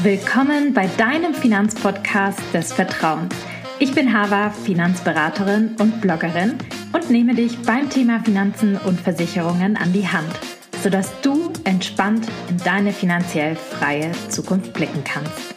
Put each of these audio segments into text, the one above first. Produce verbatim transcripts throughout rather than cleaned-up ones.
Willkommen bei deinem Finanzpodcast des Vertrauens. Ich bin Hava, Finanzberaterin und Bloggerin und nehme dich beim Thema Finanzen und Versicherungen an die Hand, sodass du entspannt in deine finanziell freie Zukunft blicken kannst.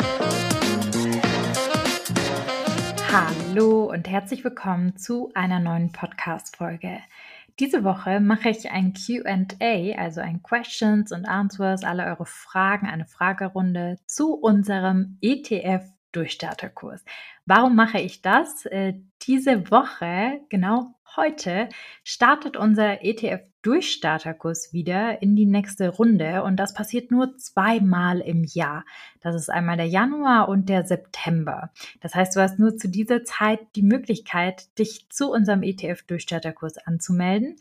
Hallo und herzlich willkommen zu einer neuen Podcast-Folge. Diese Woche mache ich ein Q and A, also ein Questions and Answers, alle eure Fragen, eine Fragerunde zu unserem E T F-Durchstarterkurs. Warum mache ich das? Äh, diese Woche, genau heute, startet unser E T F-Durchstarterkurs wieder in die nächste Runde und das passiert nur zweimal im Jahr. Das ist einmal der Januar und der September. Das heißt, du hast nur zu dieser Zeit die Möglichkeit, dich zu unserem E T F-Durchstarterkurs anzumelden.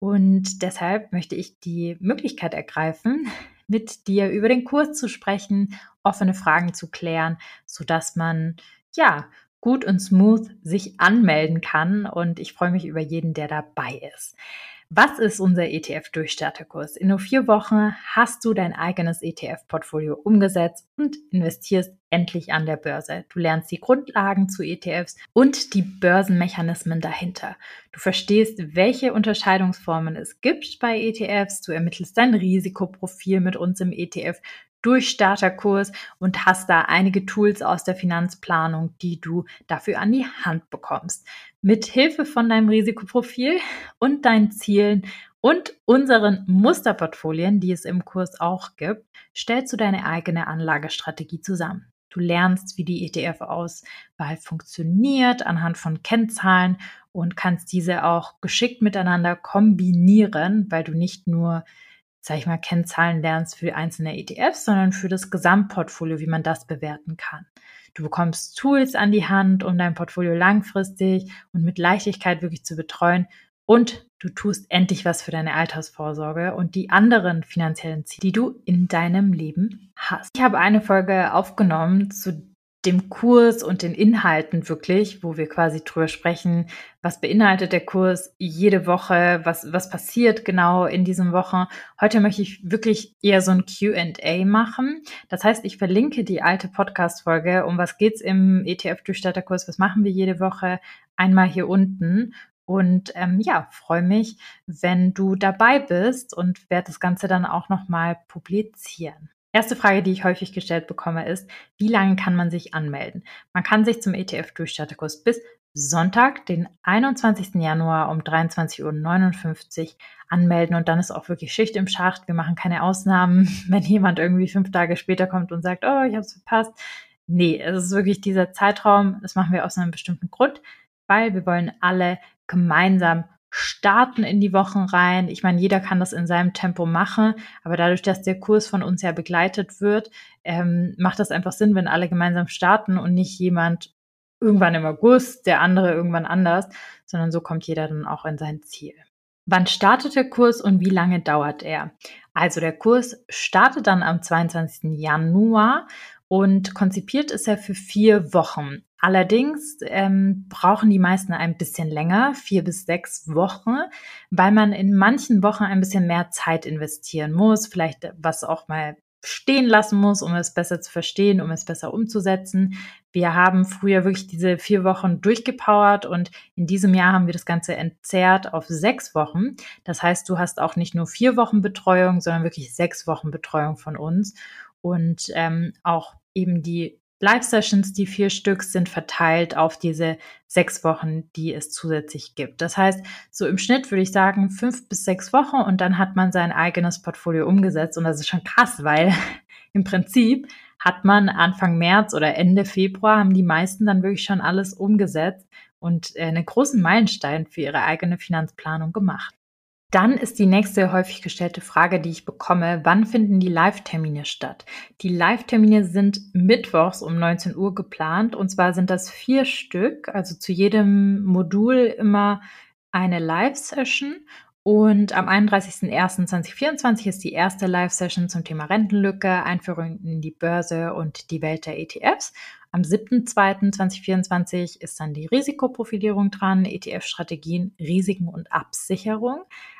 Und deshalb möchte ich die Möglichkeit ergreifen, mit dir über den Kurs zu sprechen, offene Fragen zu klären, sodass man, ja, gut und smooth sich anmelden kann. Und ich freue mich über jeden, der dabei ist. Was ist unser E T F-Durchstarterkurs? In nur vier Wochen hast du dein eigenes E T F-Portfolio umgesetzt und investierst endlich an der Börse. Du lernst die Grundlagen zu E T Fs und die Börsenmechanismen dahinter. Du verstehst, welche Unterscheidungsformen es gibt bei E T Fs. Du ermittelst dein Risikoprofil mit uns im E T F Durchstarterkurs und hast da einige Tools aus der Finanzplanung, die du dafür an die Hand bekommst. Mit Hilfe von deinem Risikoprofil und deinen Zielen und unseren Musterportfolien, die es im Kurs auch gibt, stellst du deine eigene Anlagestrategie zusammen. Du lernst, wie die E T F-Auswahl funktioniert anhand von Kennzahlen und kannst diese auch geschickt miteinander kombinieren, weil du nicht nur, sag ich mal, Kennzahlen lernst für einzelne E T Fs, sondern für das Gesamtportfolio, wie man das bewerten kann. Du bekommst Tools an die Hand, um dein Portfolio langfristig und mit Leichtigkeit wirklich zu betreuen. Und du tust endlich was für deine Altersvorsorge und die anderen finanziellen Ziele, die du in deinem Leben hast. Ich habe eine Folge aufgenommen zu dem Kurs und den Inhalten wirklich, wo wir quasi drüber sprechen, was beinhaltet der Kurs jede Woche, was, was passiert genau in diesen Wochen. Heute möchte ich wirklich eher so ein Q and A machen. Das heißt, ich verlinke die alte Podcast-Folge, um was geht's im E T F-Durchstarterkurs, was machen wir jede Woche, einmal hier unten. Und ähm, ja, freue mich, wenn du dabei bist und werde das Ganze dann auch nochmal publizieren. Erste Frage, die ich häufig gestellt bekomme, ist, wie lange kann man sich anmelden? Man kann sich zum E T F-Durchstarterkurs bis Sonntag, den einundzwanzigsten Januar um dreiundzwanzig Uhr neunundfünfzig anmelden und dann ist auch wirklich Schicht im Schacht. Wir machen keine Ausnahmen, wenn jemand irgendwie fünf Tage später kommt und sagt, oh, ich habe es verpasst. Nee, es ist wirklich dieser Zeitraum, das machen wir aus einem bestimmten Grund, weil wir wollen alle gemeinsam starten in die Wochen rein. Ich meine, jeder kann das in seinem Tempo machen, aber dadurch, dass der Kurs von uns ja begleitet wird, ähm, macht das einfach Sinn, wenn alle gemeinsam starten und nicht jemand irgendwann im August, der andere irgendwann anders, sondern so kommt jeder dann auch in sein Ziel. Wann startet der Kurs und wie lange dauert er? Also der Kurs startet dann am zweiundzwanzigsten Januar und konzipiert ist er für vier Wochen. Allerdings ähm, brauchen die meisten ein bisschen länger, vier bis sechs Wochen, weil man in manchen Wochen ein bisschen mehr Zeit investieren muss, vielleicht was auch mal stehen lassen muss, um es besser zu verstehen, um es besser umzusetzen. Wir haben früher wirklich diese vier Wochen durchgepowert und in diesem Jahr haben wir das Ganze entzerrt auf sechs Wochen. Das heißt, du hast auch nicht nur vier Wochen Betreuung, sondern wirklich sechs Wochen Betreuung von uns und ähm, auch eben die Live-Sessions, die vier Stück, sind verteilt auf diese sechs Wochen, die es zusätzlich gibt. Das heißt, so im Schnitt würde ich sagen, fünf bis sechs Wochen und dann hat man sein eigenes Portfolio umgesetzt. Und das ist schon krass, weil im Prinzip hat man Anfang März oder Ende Februar haben die meisten dann wirklich schon alles umgesetzt und einen großen Meilenstein für ihre eigene Finanzplanung gemacht. Dann ist die nächste häufig gestellte Frage, die ich bekomme, wann finden die Live-Termine statt? Die Live-Termine sind mittwochs um neunzehn Uhr geplant und zwar sind das vier Stück, also zu jedem Modul immer eine Live-Session und am einunddreißigsten ersten zweitausendvierundzwanzig ist die erste Live-Session zum Thema Rentenlücke, Einführung in die Börse und die Welt der E T Fs. Am siebten zweiten zweitausendvierundzwanzig ist dann die Risikoprofilierung dran, E T F-Strategien, Risiken und Absicherung.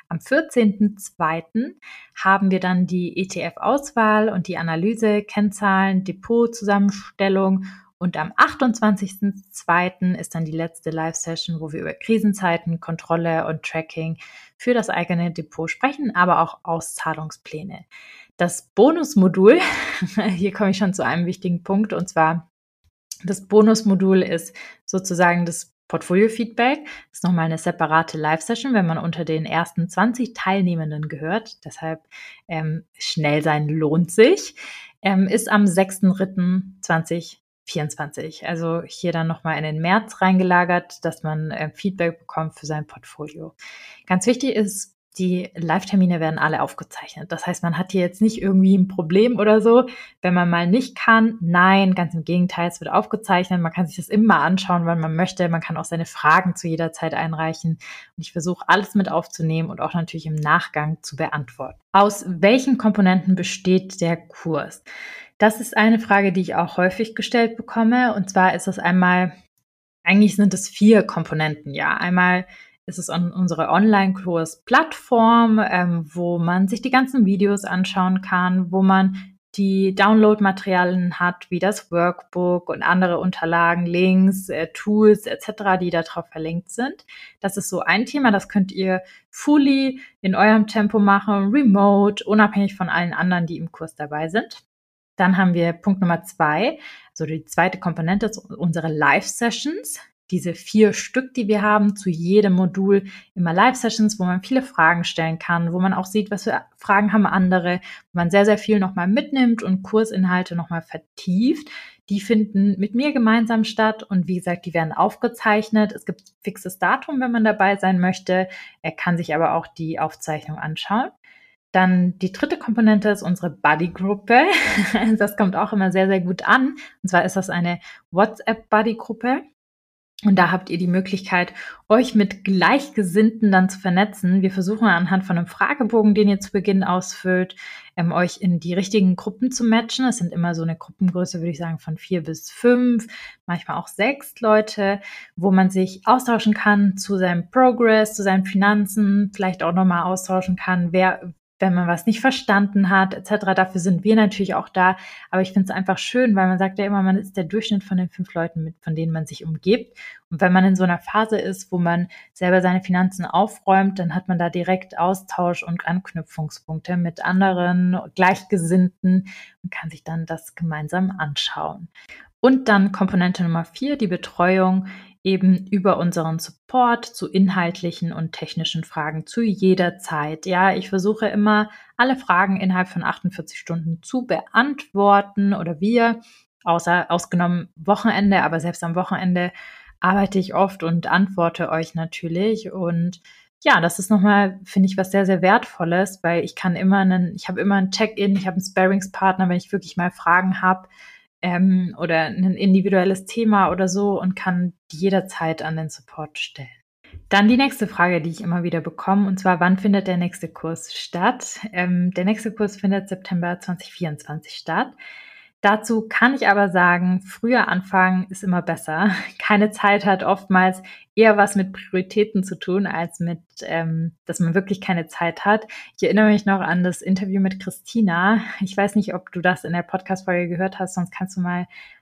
Am vierzehnten zweiten haben wir dann die E T F-Auswahl und die Analyse, Kennzahlen, Depotzusammenstellung. Und am achtundzwanzigsten zweiten ist dann die letzte Live-Session, wo wir über Krisenzeiten, Kontrolle und Tracking für das eigene Depot sprechen, aber auch Auszahlungspläne. Das Bonusmodul, hier komme ich schon zu einem wichtigen Punkt, und zwar das Bonusmodul ist sozusagen das Portfolio-Feedback. Das ist nochmal eine separate Live-Session, wenn man unter den ersten zwanzig Teilnehmenden gehört. Deshalb ähm, schnell sein lohnt sich. Ähm, ist am sechsten dritten zweitausendvierundzwanzig. Also hier dann nochmal in den März reingelagert, dass man äh, Feedback bekommt für sein Portfolio. Ganz wichtig ist, die Live-Termine werden alle aufgezeichnet. Das heißt, man hat hier jetzt nicht irgendwie ein Problem oder so, wenn man mal nicht kann. Nein, ganz im Gegenteil, es wird aufgezeichnet. Man kann sich das immer anschauen, wann man möchte. Man kann auch seine Fragen zu jeder Zeit einreichen. Und ich versuche, alles mit aufzunehmen und auch natürlich im Nachgang zu beantworten. Aus welchen Komponenten besteht der Kurs? Das ist eine Frage, die ich auch häufig gestellt bekomme. Und zwar ist es einmal, eigentlich sind es vier Komponenten, ja. Einmal ist es unsere Online-Kurs-Plattform, ähm, wo man sich die ganzen Videos anschauen kann, wo man die Download-Materialien hat, wie das Workbook und andere Unterlagen, Links, äh, Tools et cetera, die darauf verlinkt sind. Das ist so ein Thema, das könnt ihr fully in eurem Tempo machen, remote, unabhängig von allen anderen, die im Kurs dabei sind. Dann haben wir Punkt Nummer zwei, also die zweite Komponente ist unsere Live-Sessions. Diese vier Stück, die wir haben, zu jedem Modul immer Live-Sessions, wo man viele Fragen stellen kann, wo man auch sieht, was für Fragen haben andere, wo man sehr, sehr viel nochmal mitnimmt und Kursinhalte nochmal vertieft. Die finden mit mir gemeinsam statt und wie gesagt, die werden aufgezeichnet. Es gibt ein fixes Datum, wenn man dabei sein möchte. Er kann sich aber auch die Aufzeichnung anschauen. Dann die dritte Komponente ist unsere Buddy-Gruppe. Das kommt auch immer sehr, sehr gut an. Und zwar ist das eine WhatsApp-Buddy-Gruppe. Und da habt ihr die Möglichkeit, euch mit Gleichgesinnten dann zu vernetzen. Wir versuchen anhand von einem Fragebogen, den ihr zu Beginn ausfüllt, ähm, euch in die richtigen Gruppen zu matchen. Es sind immer so eine Gruppengröße, würde ich sagen, von vier bis fünf, manchmal auch sechs Leute, wo man sich austauschen kann zu seinem Progress, zu seinen Finanzen, vielleicht auch nochmal austauschen kann, wer wenn man was nicht verstanden hat, et cetera. Dafür sind wir natürlich auch da. Aber ich finde es einfach schön, weil man sagt ja immer, man ist der Durchschnitt von den fünf Leuten, mit, von denen man sich umgibt. Und wenn man in so einer Phase ist, wo man selber seine Finanzen aufräumt, dann hat man da direkt Austausch und Anknüpfungspunkte mit anderen Gleichgesinnten und kann sich dann das gemeinsam anschauen. Und dann Komponente Nummer vier, die Betreuung eben über unseren Support zu inhaltlichen und technischen Fragen zu jeder Zeit. Ja, ich versuche immer, alle Fragen innerhalb von achtundvierzig Stunden zu beantworten oder wir, außer ausgenommen Wochenende, aber selbst am Wochenende arbeite ich oft und antworte euch natürlich. Und ja, das ist nochmal, finde ich, was sehr, sehr Wertvolles, weil ich kann immer einen, ich habe immer ein Check-in, ich habe einen Sparringspartner, wenn ich wirklich mal Fragen habe, Ähm, oder ein individuelles Thema oder so und kann die jederzeit an den Support stellen. Dann die nächste Frage, die ich immer wieder bekomme, und zwar, wann findet der nächste Kurs statt? Ähm, der nächste Kurs findet September zweitausendvierundzwanzig statt. Dazu kann ich aber sagen, früher anfangen ist immer besser. Keine Zeit hat oftmals eher was mit Prioritäten zu tun, als mit, ähm, dass man wirklich keine Zeit hat. Ich erinnere mich noch an das Interview mit Christina. Ich weiß nicht, ob du das in der Podcast-Folge gehört hast, sonst kannst du mal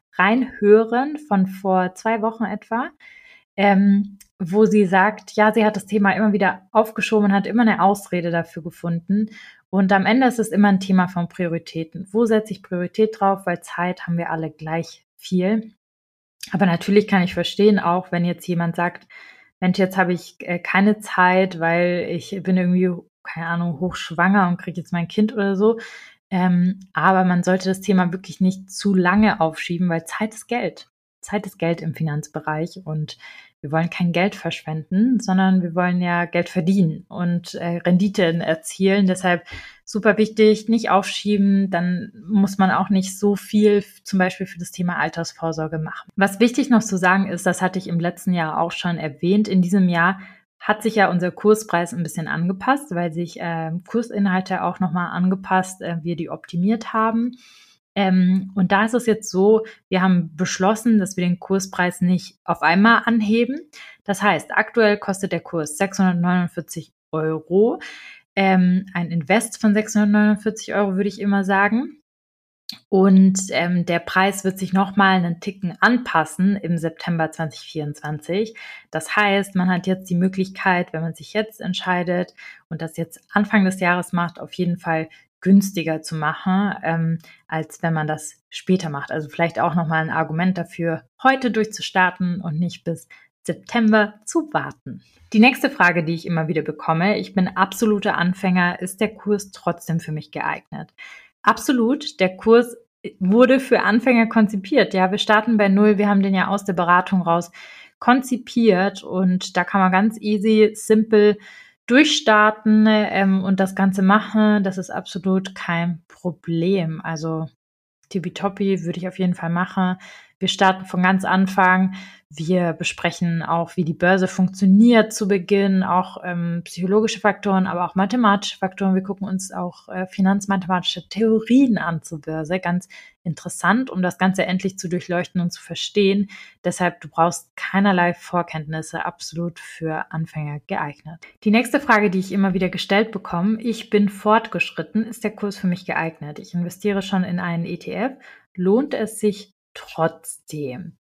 reinhören von vor zwei Wochen etwa. Ähm, wo sie sagt, ja, sie hat das Thema immer wieder aufgeschoben und hat immer eine Ausrede dafür gefunden. Und am Ende ist es immer ein Thema von Prioritäten. Wo setze ich Priorität drauf? Weil Zeit haben wir alle gleich viel. Aber natürlich kann ich verstehen, auch wenn jetzt jemand sagt, Mensch, jetzt habe ich äh, keine Zeit, weil ich bin irgendwie, keine Ahnung, hochschwanger und kriege jetzt mein Kind oder so. Ähm, aber man sollte das Thema wirklich nicht zu lange aufschieben, weil Zeit ist Geld. Zeit ist Geld im Finanzbereich und wir wollen kein Geld verschwenden, sondern wir wollen ja Geld verdienen und äh, Renditen erzielen. Deshalb super wichtig, nicht aufschieben. Dann muss man auch nicht so viel zum Beispiel für das Thema Altersvorsorge machen. Was wichtig noch zu sagen ist, das hatte ich im letzten Jahr auch schon erwähnt, in diesem Jahr hat sich ja unser Kurspreis ein bisschen angepasst, weil sich äh, Kursinhalte auch nochmal angepasst, äh, wir die optimiert haben. Ähm, und da ist es jetzt so, wir haben beschlossen, dass wir den Kurspreis nicht auf einmal anheben. Das heißt, aktuell kostet der Kurs sechshundertneunundvierzig Euro. Ähm, ein Invest von sechshundertneunundvierzig Euro, würde ich immer sagen. Und ähm, der Preis wird sich nochmal einen Ticken anpassen im September zwanzig vierundzwanzig. Das heißt, man hat jetzt die Möglichkeit, wenn man sich jetzt entscheidet und das jetzt Anfang des Jahres macht, auf jeden Fall günstiger zu machen, ähm, als wenn man das später macht. Also vielleicht auch nochmal ein Argument dafür, heute durchzustarten und nicht bis September zu warten. Die nächste Frage, die ich immer wieder bekomme: Ich bin absoluter Anfänger, ist der Kurs trotzdem für mich geeignet? Absolut, der Kurs wurde für Anfänger konzipiert. Ja, wir starten bei Null, wir haben den ja aus der Beratung raus konzipiert und da kann man ganz easy, simpel durchstarten ähm, und das Ganze machen. Das ist absolut kein Problem. Also tippitoppi würde ich auf jeden Fall machen. Wir starten von ganz Anfang. Wir besprechen auch, wie die Börse funktioniert zu Beginn, auch ähm, psychologische Faktoren, aber auch mathematische Faktoren. Wir gucken uns auch äh, finanzmathematische Theorien an zur Börse. Ganz interessant, um das Ganze endlich zu durchleuchten und zu verstehen. Deshalb, du brauchst keinerlei Vorkenntnisse, absolut für Anfänger geeignet. Die nächste Frage, die ich immer wieder gestellt bekomme: Ich bin fortgeschritten, ist der Kurs für mich geeignet? Ich investiere schon in einen E T F. Lohnt es sich trotzdem?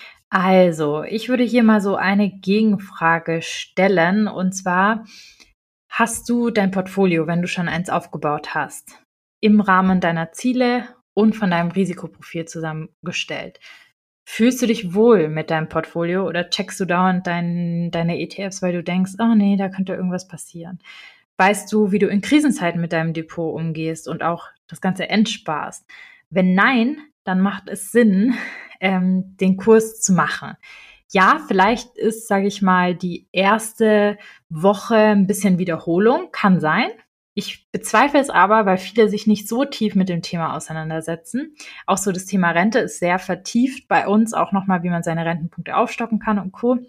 Also, ich würde hier mal so eine Gegenfrage stellen, und zwar: Hast du dein Portfolio, wenn du schon eins aufgebaut hast, im Rahmen deiner Ziele und von deinem Risikoprofil zusammengestellt? Fühlst du dich wohl mit deinem Portfolio oder checkst du dauernd dein, deine E T Fs, weil du denkst, oh nee, da könnte irgendwas passieren? Weißt du, wie du in Krisenzeiten mit deinem Depot umgehst und auch das Ganze entsparst? Wenn nein, dann macht es Sinn, ähm, den Kurs zu machen. Ja, vielleicht ist, sage ich mal, die erste Woche ein bisschen Wiederholung, kann sein. Ich bezweifle es aber, weil viele sich nicht so tief mit dem Thema auseinandersetzen. Auch so das Thema Rente ist sehr vertieft bei uns, auch nochmal, wie man seine Rentenpunkte aufstocken kann und Co.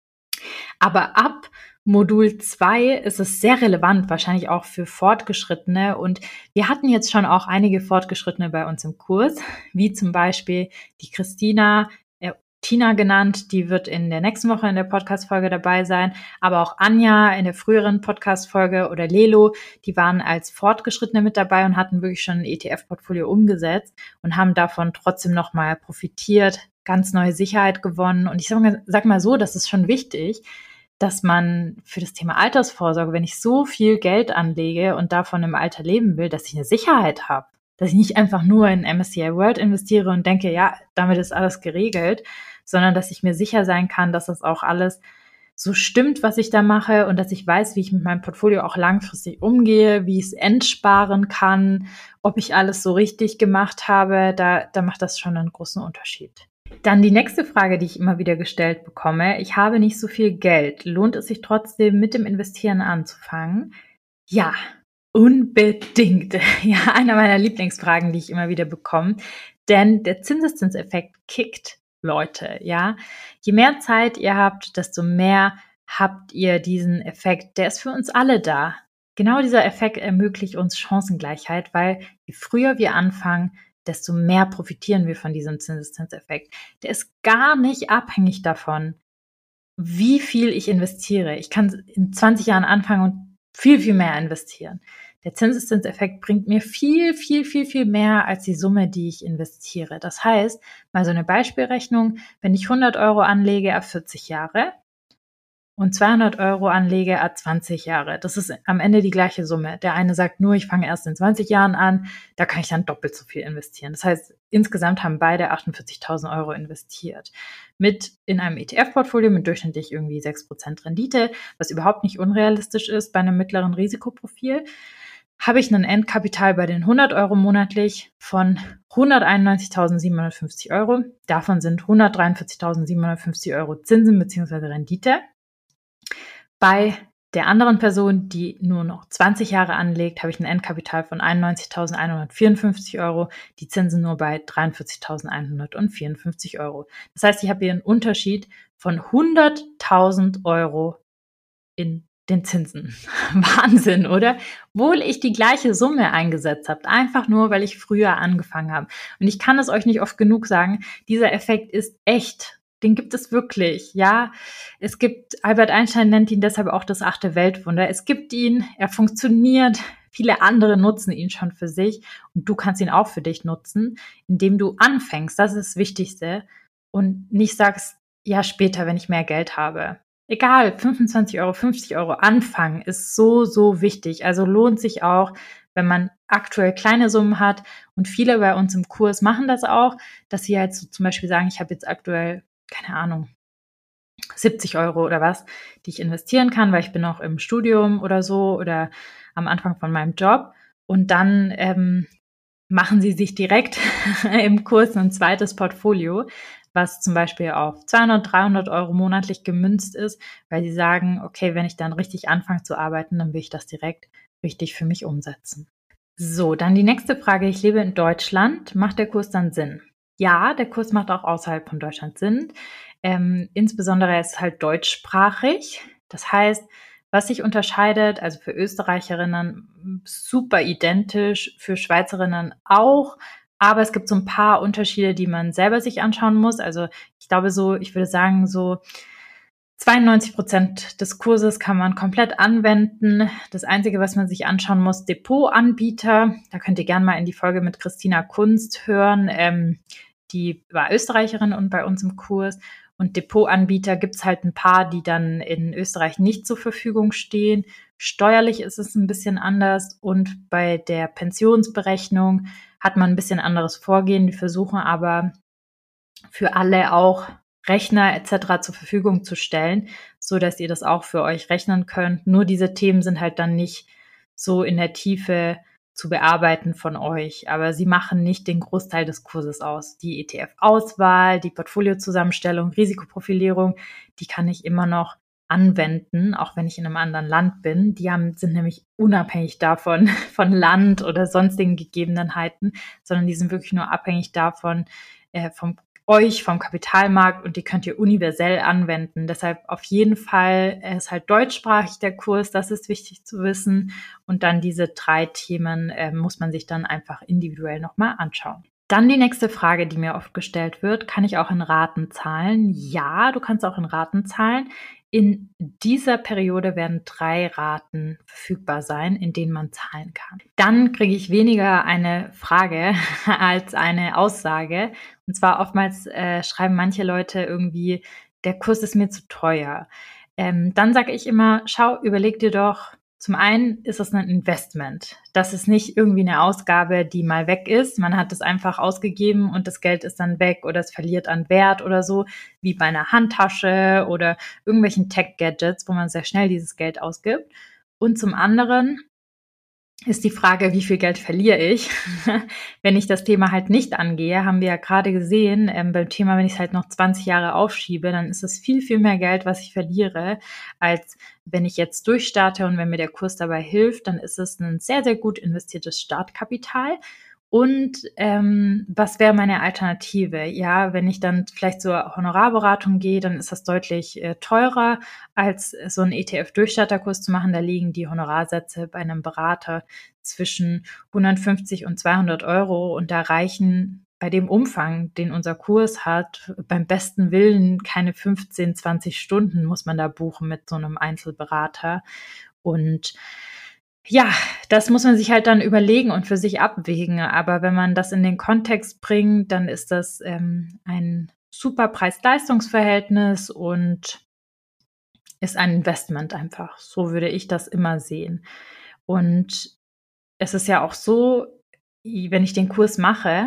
Aber ab Modul zwei ist es sehr relevant, wahrscheinlich auch für Fortgeschrittene. Und wir hatten jetzt schon auch einige Fortgeschrittene bei uns im Kurs, wie zum Beispiel die Christina, äh, Tina genannt, die wird in der nächsten Woche in der Podcast-Folge dabei sein, aber auch Anja in der früheren Podcast-Folge oder Lelo, die waren als Fortgeschrittene mit dabei und hatten wirklich schon ein E T F-Portfolio umgesetzt und haben davon trotzdem nochmal profitiert, ganz neue Sicherheit gewonnen. Und ich sag mal, sag mal so, das ist schon wichtig, dass man für das Thema Altersvorsorge, wenn ich so viel Geld anlege und davon im Alter leben will, dass ich eine Sicherheit habe, dass ich nicht einfach nur in M S C I World investiere und denke, ja, damit ist alles geregelt, sondern dass ich mir sicher sein kann, dass das auch alles so stimmt, was ich da mache, und dass ich weiß, wie ich mit meinem Portfolio auch langfristig umgehe, wie ich es entsparen kann, ob ich alles so richtig gemacht habe. Da, da macht das schon einen großen Unterschied. Dann die nächste Frage, die ich immer wieder gestellt bekomme: Ich habe nicht so viel Geld. Lohnt es sich trotzdem, mit dem Investieren anzufangen? Ja, unbedingt. Ja, einer meiner Lieblingsfragen, die ich immer wieder bekomme. Denn der Zinseszinseffekt kickt, Leute, ja. Je mehr Zeit ihr habt, desto mehr habt ihr diesen Effekt. Der ist für uns alle da. Genau dieser Effekt ermöglicht uns Chancengleichheit, weil je früher wir anfangen, desto mehr profitieren wir von diesem Zinseszinseffekt. Der ist gar nicht abhängig davon, wie viel ich investiere. Ich kann in zwanzig Jahren anfangen und viel, viel mehr investieren. Der Zinseszinseffekt bringt mir viel, viel, viel, viel mehr als die Summe, die ich investiere. Das heißt, mal so eine Beispielrechnung: Wenn ich hundert Euro anlege auf vierzig Jahre und zweihundert Euro anlege ab zwanzig Jahre. Das ist am Ende die gleiche Summe. Der eine sagt nur, ich fange erst in zwanzig Jahren an, da kann ich dann doppelt so viel investieren. Das heißt, insgesamt haben beide achtundvierzigtausend Euro investiert. Mit in einem E T F-Portfolio mit durchschnittlich irgendwie sechs Prozent Rendite, was überhaupt nicht unrealistisch ist bei einem mittleren Risikoprofil, habe ich ein Endkapital bei den hundert Euro monatlich von hunderteinundneunzigtausendsiebenhundertfünfzig Euro. Davon sind hundertdreiundvierzigtausendsiebenhundertfünfzig Euro Zinsen bzw. Rendite. Bei der anderen Person, die nur noch zwanzig Jahre anlegt, habe ich ein Endkapital von einundneunzigtausendeinhundertvierundfünfzig Euro, die Zinsen nur bei dreiundvierzigtausendeinhundertvierundfünfzig Euro. Das heißt, ich habe hier einen Unterschied von hunderttausend Euro in den Zinsen. Wahnsinn, oder? Obwohl ich die gleiche Summe eingesetzt habe, einfach nur, weil ich früher angefangen habe. Und ich kann es euch nicht oft genug sagen, dieser Effekt ist echt. den gibt es wirklich, ja. Es gibt, Albert Einstein nennt ihn deshalb auch das achte Weltwunder. Es gibt ihn, er funktioniert, viele andere nutzen ihn schon für sich und du kannst ihn auch für dich nutzen, indem du anfängst, das ist das Wichtigste und nicht sagst, ja, später, wenn ich mehr Geld habe. Egal, fünfundzwanzig Euro, fünfzig Euro anfangen ist so, so wichtig. Also lohnt sich auch, wenn man aktuell kleine Summen hat und viele bei uns im Kurs machen das auch, dass sie halt so zum Beispiel sagen, ich habe jetzt aktuell, keine Ahnung, siebzig Euro oder was, die ich investieren kann, weil ich bin noch im Studium oder so oder am Anfang von meinem Job und dann ähm, machen sie sich direkt im Kurs ein zweites Portfolio, was zum Beispiel auf zweihundert, dreihundert Euro monatlich gemünzt ist, weil sie sagen, okay, wenn ich dann richtig anfange zu arbeiten, dann will ich das direkt richtig für mich umsetzen. So, dann die nächste Frage. Ich lebe in Deutschland. Macht der Kurs dann Sinn? Ja, der Kurs macht auch außerhalb von Deutschland Sinn. Ähm, insbesondere ist es halt deutschsprachig. Das heißt, was sich unterscheidet, also für Österreicherinnen super identisch, für Schweizerinnen auch. Aber es gibt so ein paar Unterschiede, die man selber sich anschauen muss. Also ich glaube so, ich würde sagen so zweiundneunzig Prozent des Kurses kann man komplett anwenden. Das Einzige, was man sich anschauen muss, Depotanbieter. Da könnt ihr gerne mal in die Folge mit Christina Kunst hören. Ähm, die war Österreicherin und bei uns im Kurs. Und Depotanbieter gibt es halt ein paar, die dann in Österreich nicht zur Verfügung stehen. Steuerlich ist es ein bisschen anders und bei der Pensionsberechnung hat man ein bisschen anderes Vorgehen. Die versuchen aber für alle auch Rechner et cetera zur Verfügung zu stellen, so dass ihr das auch für euch rechnen könnt. Nur diese Themen sind halt dann nicht so in der Tiefe zu bearbeiten von euch, aber sie machen nicht den Großteil des Kurses aus. Die E T F-Auswahl, die Portfoliozusammenstellung, Risikoprofilierung, die kann ich immer noch anwenden, auch wenn ich in einem anderen Land bin. Die haben, sind nämlich unabhängig davon, von Land oder sonstigen Gegebenheiten, sondern die sind wirklich nur abhängig davon, äh, vom euch vom Kapitalmarkt und die könnt ihr universell anwenden. Deshalb auf jeden Fall, er ist halt deutschsprachig der Kurs, das ist wichtig zu wissen. Und dann diese drei Themen äh, muss man sich dann einfach individuell nochmal anschauen. Dann die nächste Frage, die mir oft gestellt wird, kann ich auch in Raten zahlen? Ja, du kannst auch in Raten zahlen. In dieser Periode werden drei Raten verfügbar sein, in denen man zahlen kann. Dann kriege ich weniger eine Frage als eine Aussage. Und zwar oftmals äh, schreiben manche Leute irgendwie, der Kurs ist mir zu teuer. Ähm, dann sage ich immer, schau, überleg dir doch, zum einen ist es ein Investment. Das ist nicht irgendwie eine Ausgabe, die mal weg ist. Man hat es einfach ausgegeben und das Geld ist dann weg oder es verliert an Wert oder so, wie bei einer Handtasche oder irgendwelchen Tech-Gadgets, wo man sehr schnell dieses Geld ausgibt. Und zum anderen ist die Frage, wie viel Geld verliere ich, wenn ich das Thema halt nicht angehe. Haben wir ja gerade gesehen, ähm, beim Thema, wenn ich es halt noch zwanzig Jahre aufschiebe, dann ist es viel, viel mehr Geld, was ich verliere, als wenn ich jetzt durchstarte und wenn mir der Kurs dabei hilft, dann ist es ein sehr, sehr gut investiertes Startkapital. Und ähm, was wäre meine Alternative? Ja, wenn ich dann vielleicht zur Honorarberatung gehe, dann ist das deutlich äh, teurer, als so einen E T F-Durchstarterkurs zu machen. Da liegen die Honorarsätze bei einem Berater zwischen hundertfünfzig und zweihundert Euro und da reichen bei dem Umfang, den unser Kurs hat, beim besten Willen keine fünfzehn, zwanzig Stunden muss man da buchen mit so einem Einzelberater. Und ja, das muss man sich halt dann überlegen und für sich abwägen. Aber wenn man das in den Kontext bringt, dann ist das ähm, ein super Preis-Leistungs-Verhältnis und ist ein Investment einfach. So würde ich das immer sehen. Und es ist ja auch so, wenn ich den Kurs mache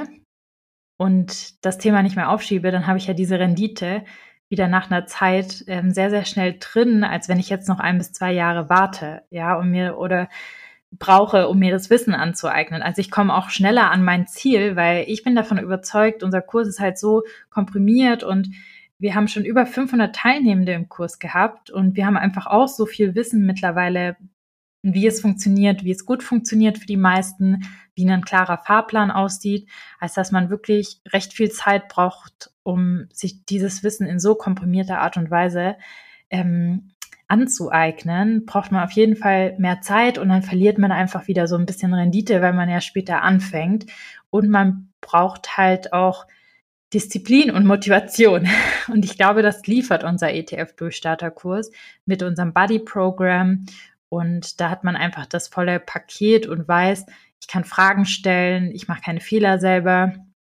und das Thema nicht mehr aufschiebe, dann habe ich ja diese Rendite wieder nach einer Zeit ähm, sehr, sehr schnell drin, als wenn ich jetzt noch ein bis zwei Jahre warte, ja, und mir oder brauche, um mir das Wissen anzueignen. Also ich komme auch schneller an mein Ziel, weil ich bin davon überzeugt, unser Kurs ist halt so komprimiert und wir haben schon über fünfhundert Teilnehmende im Kurs gehabt und wir haben einfach auch so viel Wissen mittlerweile, wie es funktioniert, wie es gut funktioniert für die meisten, wie ein klarer Fahrplan aussieht, als dass man wirklich recht viel Zeit braucht, um sich dieses Wissen in so komprimierter Art und Weise ähm, anzueignen, braucht man auf jeden Fall mehr Zeit und dann verliert man einfach wieder so ein bisschen Rendite, weil man ja später anfängt und man braucht halt auch Disziplin und Motivation. Und ich glaube, das liefert unser E T F-Durchstarterkurs mit unserem Buddy-Programm. Und da hat man einfach das volle Paket und weiß, ich kann Fragen stellen, ich mache keine Fehler selber.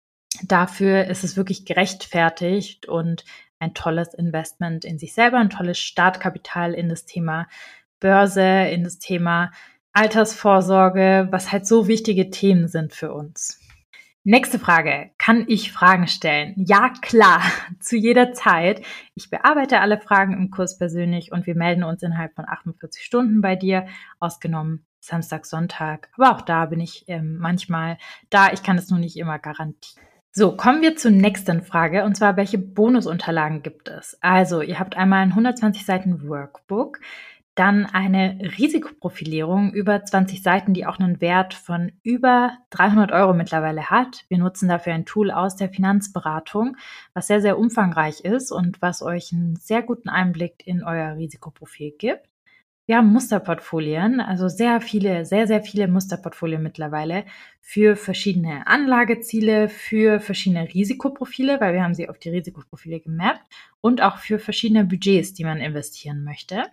Dafür ist es wirklich gerechtfertigt und ein tolles Investment in sich selber, ein tolles Startkapital in das Thema Börse, in das Thema Altersvorsorge, was halt so wichtige Themen sind für uns. Nächste Frage. Kann ich Fragen stellen? Ja, klar, zu jeder Zeit. Ich bearbeite alle Fragen im Kurs persönlich und wir melden uns innerhalb von achtundvierzig Stunden bei dir, ausgenommen Samstag, Sonntag. Aber auch da bin ich ähm, manchmal da. Ich kann es nur nicht immer garantieren. So, kommen wir zur nächsten Frage, und zwar, welche Bonusunterlagen gibt es? Also, ihr habt einmal ein hundertzwanzig Seiten Workbook, dann eine Risikoprofilierung über zwanzig Seiten, die auch einen Wert von über dreihundert Euro mittlerweile hat. Wir nutzen dafür ein Tool aus der Finanzberatung, was sehr, sehr umfangreich ist und was euch einen sehr guten Einblick in euer Risikoprofil gibt. Wir haben Musterportfolien, also sehr viele, sehr, sehr viele Musterportfolien mittlerweile für verschiedene Anlageziele, für verschiedene Risikoprofile, weil wir haben sie auf die Risikoprofile gemappt, und auch für verschiedene Budgets, die man investieren möchte.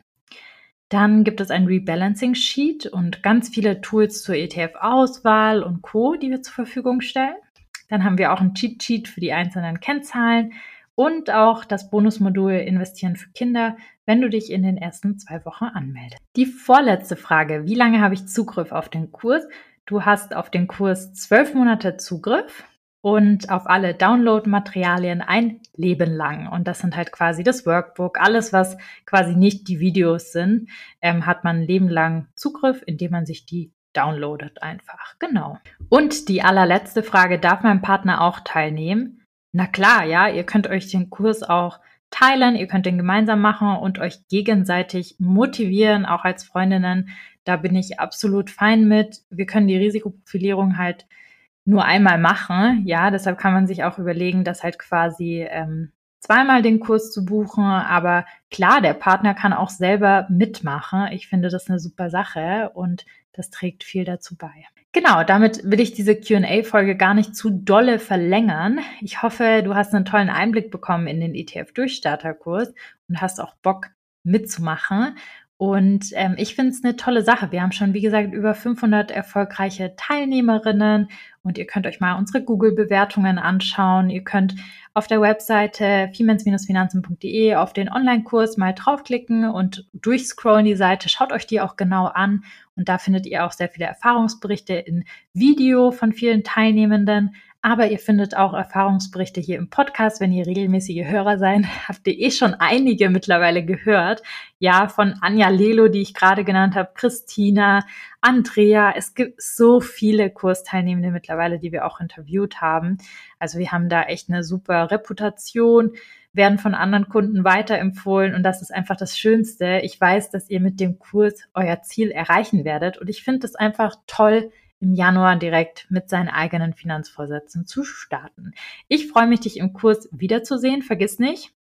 Dann gibt es ein Rebalancing-Sheet und ganz viele Tools zur E T F-Auswahl und Co., die wir zur Verfügung stellen. Dann haben wir auch ein Cheat-Sheet für die einzelnen Kennzahlen und auch das Bonusmodul Investieren für Kinder, wenn du dich in den ersten zwei Wochen anmeldest. Die vorletzte Frage: Wie lange habe ich Zugriff auf den Kurs? Du hast auf den Kurs zwölf Monate Zugriff und auf alle Download-Materialien ein Leben lang. Und das sind halt quasi das Workbook, alles, was quasi nicht die Videos sind, ähm, hat man ein Leben lang Zugriff, indem man sich die downloadet einfach. Genau. Und die allerletzte Frage: Darf mein Partner auch teilnehmen? Na klar, ja, ihr könnt euch den Kurs auch teilen, ihr könnt den gemeinsam machen und euch gegenseitig motivieren, auch als Freundinnen. Da bin ich absolut fein mit. Wir können die Risikoprofilierung halt nur einmal machen, ja, deshalb kann man sich auch überlegen, das halt quasi ähm, zweimal den Kurs zu buchen, aber klar, der Partner kann auch selber mitmachen. Ich finde das eine super Sache und das trägt viel dazu bei. Genau, damit will ich diese Q und A-Folge gar nicht zu dolle verlängern. Ich hoffe, du hast einen tollen Einblick bekommen in den E T F-Durchstarterkurs und hast auch Bock mitzumachen. Und ähm, ich finde es eine tolle Sache. Wir haben schon, wie gesagt, über fünfhundert erfolgreiche Teilnehmerinnen und ihr könnt euch mal unsere Google-Bewertungen anschauen. Ihr könnt auf der Webseite femens Finanzen punkt de auf den Online-Kurs mal draufklicken und durchscrollen die Seite. Schaut euch die auch genau an und da findet ihr auch sehr viele Erfahrungsberichte in Video von vielen Teilnehmenden. Aber ihr findet auch Erfahrungsberichte hier im Podcast. Wenn ihr regelmäßige Hörer seid, habt ihr eh schon einige mittlerweile gehört. Ja, von Anja Lelo, die ich gerade genannt habe, Christina, Andrea. Es gibt so viele Kursteilnehmende mittlerweile, die wir auch interviewt haben. Also wir haben da echt eine super Reputation, werden von anderen Kunden weiterempfohlen und das ist einfach das Schönste. Ich weiß, dass ihr mit dem Kurs euer Ziel erreichen werdet und ich finde es einfach toll, im Januar direkt mit seinen eigenen Finanzvorsätzen zu starten. Ich freue mich, dich im Kurs wiederzusehen. Vergiss nicht,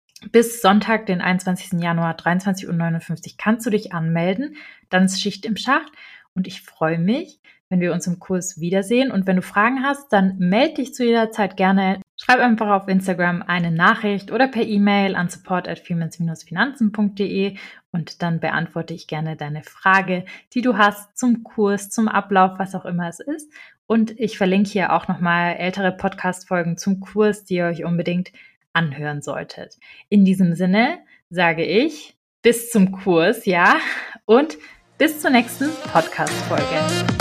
bis Sonntag, den einundzwanzigsten Januar, dreiundzwanzig Uhr neunundfünfzig, kannst du dich anmelden. Dann ist Schicht im Schacht und ich freue mich, wenn wir uns im Kurs wiedersehen. Und wenn du Fragen hast, dann melde dich zu jeder Zeit gerne. Schreib einfach auf Instagram eine Nachricht oder per E-Mail an support at femens Finanzen punkt de und dann beantworte ich gerne deine Frage, die du hast zum Kurs, zum Ablauf, was auch immer es ist. Und ich verlinke hier auch nochmal ältere Podcast-Folgen zum Kurs, die ihr euch unbedingt anhören solltet. In diesem Sinne sage ich bis zum Kurs, ja, und bis zur nächsten Podcast-Folge.